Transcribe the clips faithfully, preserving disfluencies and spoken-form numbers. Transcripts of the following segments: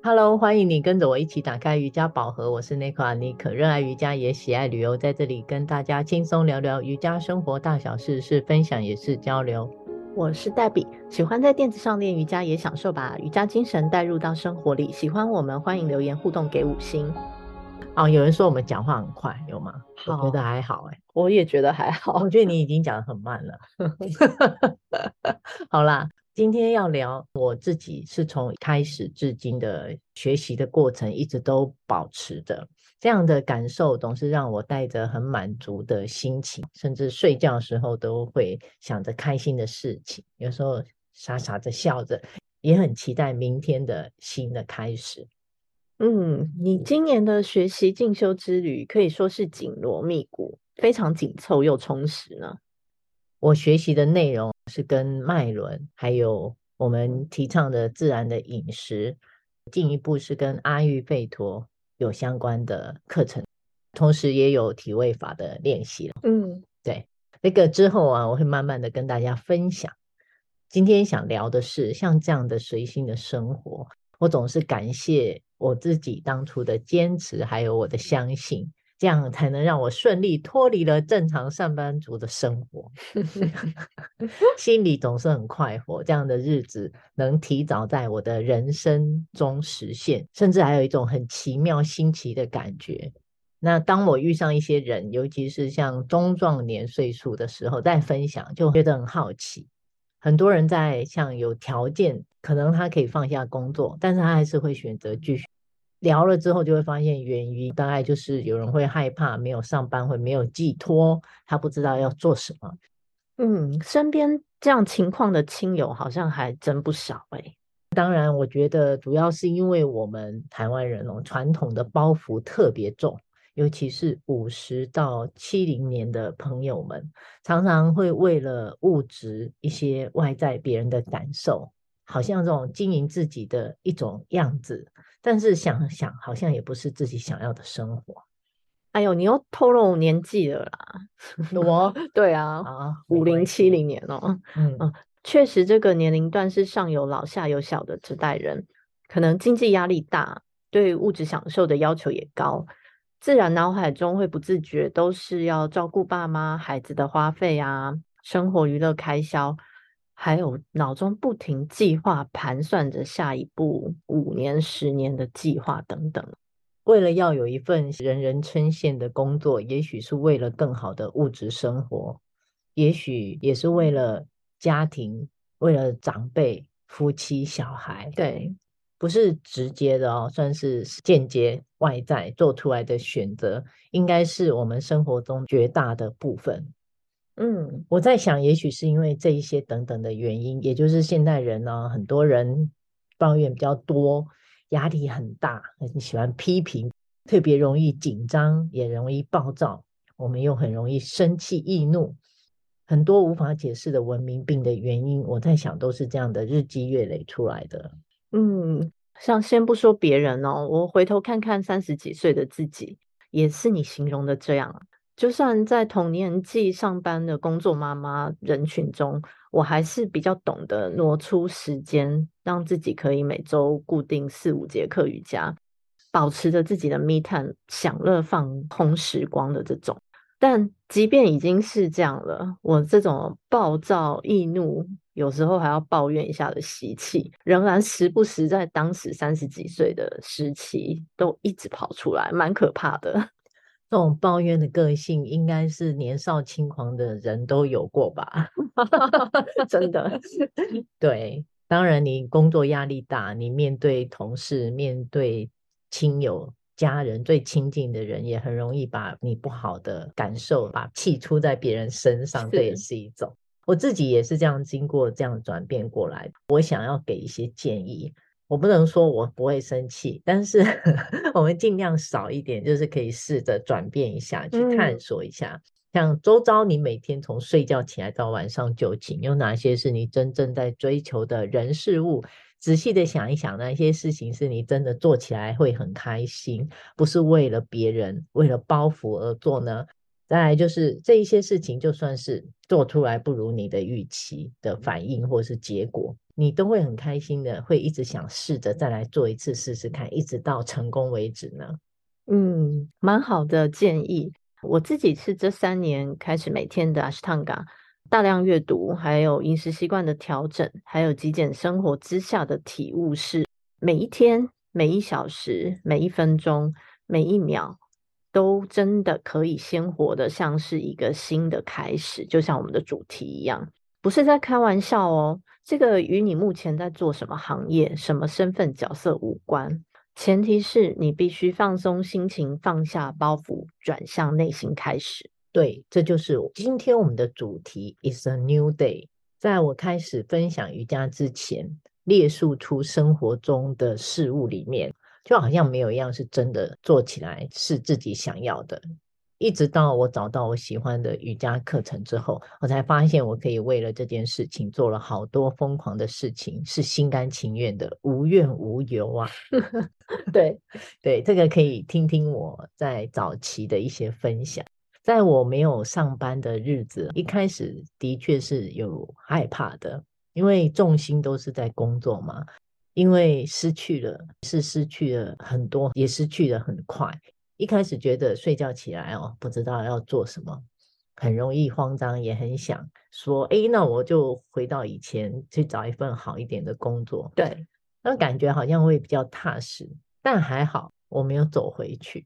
Hello，欢迎你跟着我一起打开瑜伽宝盒，我是 Nico 阿妮可，热爱瑜伽也喜爱旅游，在这里跟大家轻松聊聊瑜伽生活大小事，是分享也是交流。 我是黛比，喜欢在垫子上练瑜伽，也享受把瑜伽精神带入到生活里。喜欢我们，欢迎留言互动给五星。 哦，有人说我们讲话很快，有吗？我觉得好， 还好哎、 我也觉得还好。 我觉得你已经讲得很慢了。好啦，今天要聊我自己是从开始至今的学习的过程，一直都保持着这样的感受，总是让我带着很满足的心情，甚至睡觉的时候都会想着开心的事情，有时候傻傻的笑着，也很期待明天的新的开始。 嗯，你今年的学习进修之旅可以说是紧锣密鼓，非常紧凑又充实呢。 我学习的内容是跟脉轮，还有我们提倡的自然的饮食，进一步是跟阿育吠陀有相关的课程，同时也有体位法的练习了。 嗯， 对，那个之后啊，我会慢慢的跟大家分享。今天想聊的是像这样的随心的生活，我总是感谢我自己当初的坚持，还有我的相信，这样才能让我顺利脱离了正常上班族的生活。心里总是很快活，这样的日子能提早在我的人生中实现，甚至还有一种很奇妙新奇的感觉。那当我遇上一些人，尤其是像中壮年岁数的时候，在分享，就觉得很好奇。很多人在像有条件，可能他可以放下工作，但是他还是会选择继续。聊了之后，就会发现原因大概就是有人会害怕没有上班，会没有寄托，他不知道要做什么。 嗯，身边这样情况的亲友好像还真不少诶。 当然，我觉得主要是因为我们台湾人哦，传统的包袱特别重，尤其是五十到七零年的朋友们，常常会为了物质一些外在别人的感受，好像这种经营自己的一种样子，但是想想好像也不是自己想要的生活。 哎呦，你又透露年纪了啦。 有哦， 对啊， 啊，没五零关系， 七零年哦。 嗯。 嗯，确实这个年龄段是上有老下有小的这代人，可能经济压力大，对物质享受的要求也高，自然脑海中会不自觉都是要照顾爸妈、孩子的花费啊，生活娱乐开销，还有脑中不停计划盘算着下一步五年、十年的计划等等。 为了要有一份人人称羡的工作，也许是为了更好的物质生活，也许也是为了家庭，为了长辈、夫妻、小孩， 对， 不是直接的哦，算是间接外在做出来的选择，应该是我们生活中绝大的部分。 嗯。 我在想，也许是因为这一些等等的原因，也就是现代人呢，很多人抱怨比较多，压力很大，很喜欢批评，特别容易紧张，也容易暴躁，我们又很容易生气易怒，很多无法解释的文明病的原因，我在想都是这样的日积月累出来的。 嗯，像先不说别人哦，我回头看看三十几岁的自己，也是你形容的这样啊。就算在同年纪上班的工作妈妈人群中，我还是比较懂得挪出时间，让自己可以每周固定四五节课瑜伽，保持着自己的 me time，享乐放空时光的这种。但即便已经是这样了，我这种暴躁易怒，有时候还要抱怨一下的习气，仍然时不时在当时三十几岁的时期都一直跑出来，蛮可怕的。 这种抱怨的个性，应该是年少轻狂的人都有过吧？ 真的。 对，当然你工作压力大，你面对同事、面对亲友、家人最亲近的人，也很容易把你不好的感受、把气出在别人身上，这也是。 是一种。我自己也是这样经过这样转变过来的。我想要给一些建议，我不能说我不会生气，但是我们尽量少一点，就是可以试着转变一下，去探嗯。 索一下。像周遭你每天从睡觉起来到晚上就寝，有哪些是你真正在追求的人事物？仔细的想一想，那些事情是你真的做起来会很开心，不是为了别人、为了包袱而做呢？ 再来就是这一些事情，就算是做出来不如你的预期的反应或是结果，你都会很开心的，会一直想试着再来做一次试试看，一直到成功为止呢？ 嗯，蛮好的建议。我自己是这三年开始每天的 Ashtanga 大量阅读，还有饮食习惯的调整，还有极简生活之下的体悟是，每一天、每一小时、每一分钟、每一秒，都真的可以鲜活的像是一个新的开始，就像我们的主题一样，不是在开玩笑哦。这个与你目前在做什么行业、什么身份角色无关。前提是你必须放松心情，放下包袱，转向内心开始。 对，这就是今天我们的主题 is a new day。在我开始分享瑜伽之前，列述出生活中的事物里面，就好像没有一样是真的做起来是自己想要的。一直到我找到我喜欢的瑜伽课程之后，我才发现我可以为了这件事情做了好多疯狂的事情，是心甘情愿的，无怨无尤啊。 对对，这个可以听听我在早期的一些分享。在我没有上班的日子，一开始的确是有害怕的，因为重心都是在工作嘛，因为失去了，是失去了很多，也失去了很快。一开始觉得睡觉起来哦，不知道要做什么，很容易慌张，也很想说，诶，那我就回到以前去找一份好一点的工作。 对， 那感觉好像会比较踏实，但还好我没有走回去。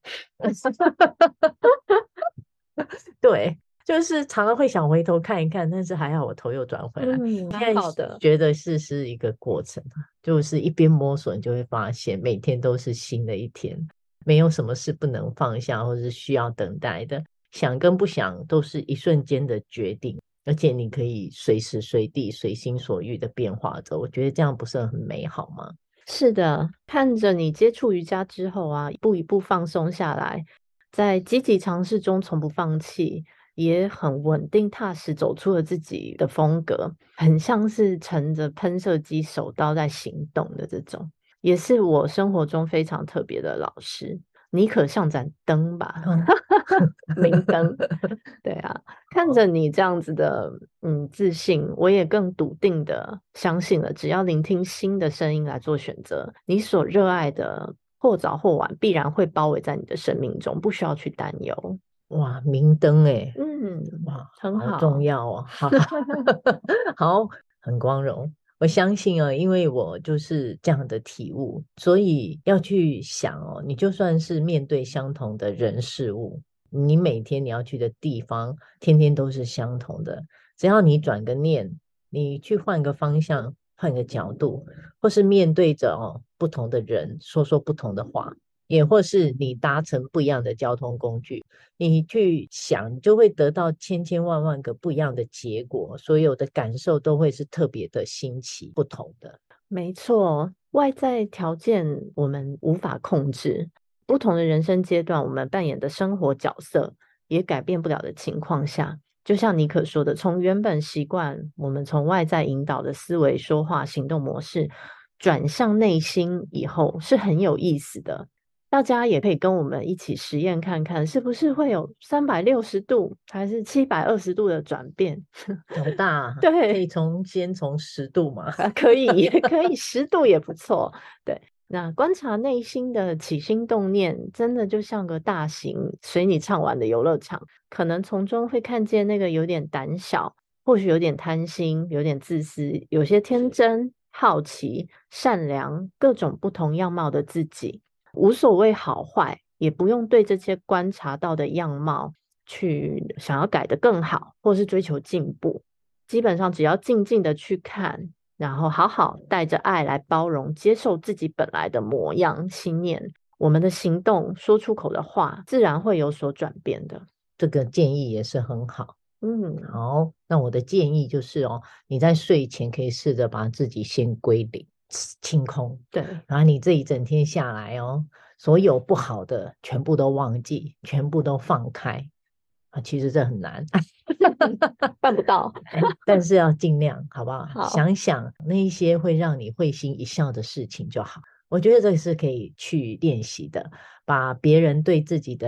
对，就是常常会想回头看一看，但是还好我头又转回来。 嗯， 现在蛮好的。 觉得是是一个过程，就是一边摸索，你就会发现每天都是新的一天，没有什么是不能放下或是需要等待的，想跟不想都是一瞬间的决定，而且你可以随时随地随心所欲的变化着。我觉得这样不是很美好吗？ 是的，看着你接触瑜伽之后啊，一步一步放松下来，在积极尝试中从不放弃，也很稳定踏实走出了自己的风格，很像是乘着喷射机手刀在行动的这种，也是我生活中非常特别的老师。你可像盏灯吧，明灯。对啊，看着你这样子的嗯自信，我也更笃定的相信了，只要聆听心的声音来做选择，你所热爱的或早或晚必然会包围在你的生命中，不需要去担忧。 哇，明灯哎， 嗯， 哇， 很好重好。 要哦，好好，很光荣。我相信啊，因为我就是这样的体悟，所以要去想哦，你就算是面对相同的人事物，你每天你要去的地方，天天都是相同的，只要你转个念，你去换个方向，换个角度，或是面对着哦不同的人，说说不同的话，也或是你搭乘不一样的交通工具。你去想，你就会得到千千万万个不一样的结果，所有的感受都会是特别的新奇、不同的。 没错，外在条件我们无法控制，不同的人生阶段，我们扮演的生活角色也改变不了的情况下，就像尼可说的，从原本习惯我们从外在引导的思维、说话、行动模式，转向内心以后，是很有意思的。大家也可以跟我们一起实验看看，是不是会有三百六十度还是七百二十度的转变？ 老大可以对， 从先从十度嘛？ 啊，可以，也可以，十度也不错。对，那观察内心的起心动念，真的就像个大型随你畅玩的游乐场，可能从中会看见那个有点胆小，或许有点贪心，有点自私，有些天真、好奇、善良，各种不同样貌的自己，无所谓好坏，也不用对这些观察到的样貌去想要改得更好，或是追求进步。基本上只要静静的去看，然后好好带着爱来包容、接受自己本来的模样、信念，我们的行动、说出口的话，自然会有所转变的。 这个建议也是很好。 嗯， 好，那我的建议就是哦，你在睡前可以试着把自己先归零、清空， 对， 然后你这一整天下来哦，所有不好的全部都忘记，全部都放开啊。其实这很难， 办不到。 但是要尽量，好不好？ 好， 想想那一些会让你会心一笑的事情就好。我觉得这个是可以去练习的，把别人对自己的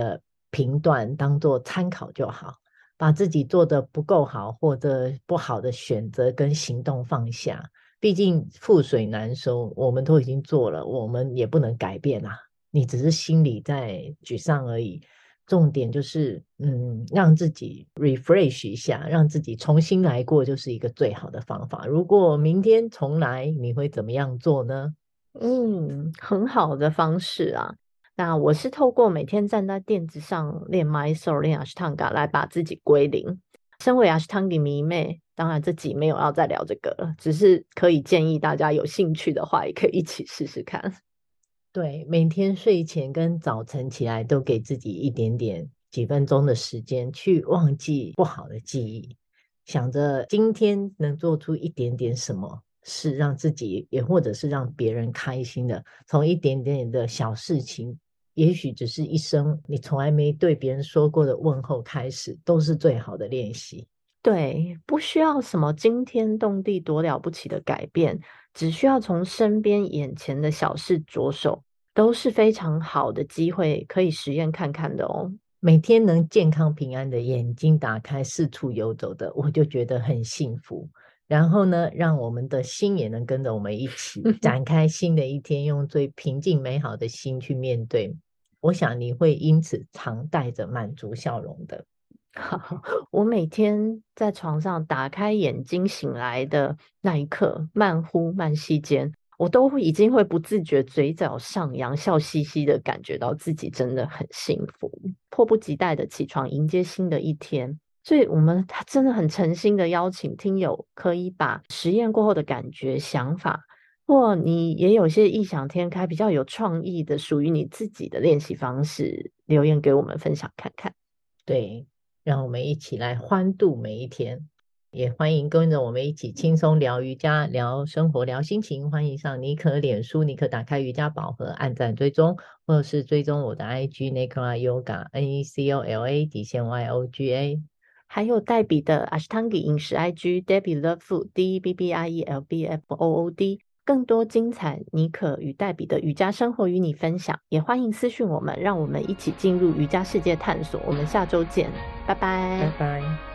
评断，当做参考就好，把自己做得不够好或者不好的选择跟行动放下。毕竟覆水难收，我们都已经做了，我们也不能改变啊。你只是心里在沮丧而已。重点就是，嗯，让自己 refresh 一下，让自己重新来过，就是一个最好的方法。如果明天重来，你会怎么样做呢？ 嗯，很好的方式啊。那我是透过每天站在垫子上练 Mysore 练 Ashtanga 来把自己归零。身为 Ashtanga 迷妹，当然这集没有要再聊这个了，只是可以建议大家有兴趣的话，也可以一起试试看。 对，每天睡前跟早晨起来都给自己一点点几分钟的时间去忘记不好的记忆，想着今天能做出一点点什么事，让自己也或者是让别人开心的，从一点点的小事情，也许只是一声你从来没对别人说过的问候开始，都是最好的练习。 对，不需要什么惊天动地多了不起的改变，只需要从身边眼前的小事着手，都是非常好的机会，可以实验看看的哦。 每天能健康平安的眼睛打开，四处游走的，我就觉得很幸福。然后呢，让我们的心也能跟着我们一起展开新的一天，用最平静美好的心去面对。我想你会因此常带着满足笑容的。 我每天在床上打开眼睛醒来的那一刻，慢呼慢吸间，我都已经会不自觉嘴角上扬，笑嘻嘻的感觉到自己真的很幸福，迫不及待的起床迎接新的一天。所以我们他真的很诚心的邀请听友可以把实验过后的感觉、想法，或你也有些异想天开、比较有创意的属于你自己的练习方式，留言给我们分享看看。 对，让我们一起来欢度每一天。也欢迎跟着我们一起轻松聊瑜伽、聊生活、聊心情。欢迎上妮可脸书，妮可打开瑜伽宝盒，按赞追踪，或者是追踪我的 I G Nicola Yoga N E C O L A 底线 Y O G A。 还有黛比的 Ashtanga 饮食 I G Debbie Love Food D E B B I E L B F O O D， 更多精彩妮可与黛比的瑜伽生活与你分享，也欢迎私讯我们，让我们一起进入瑜伽世界探索。我们下周见，拜拜， 拜拜。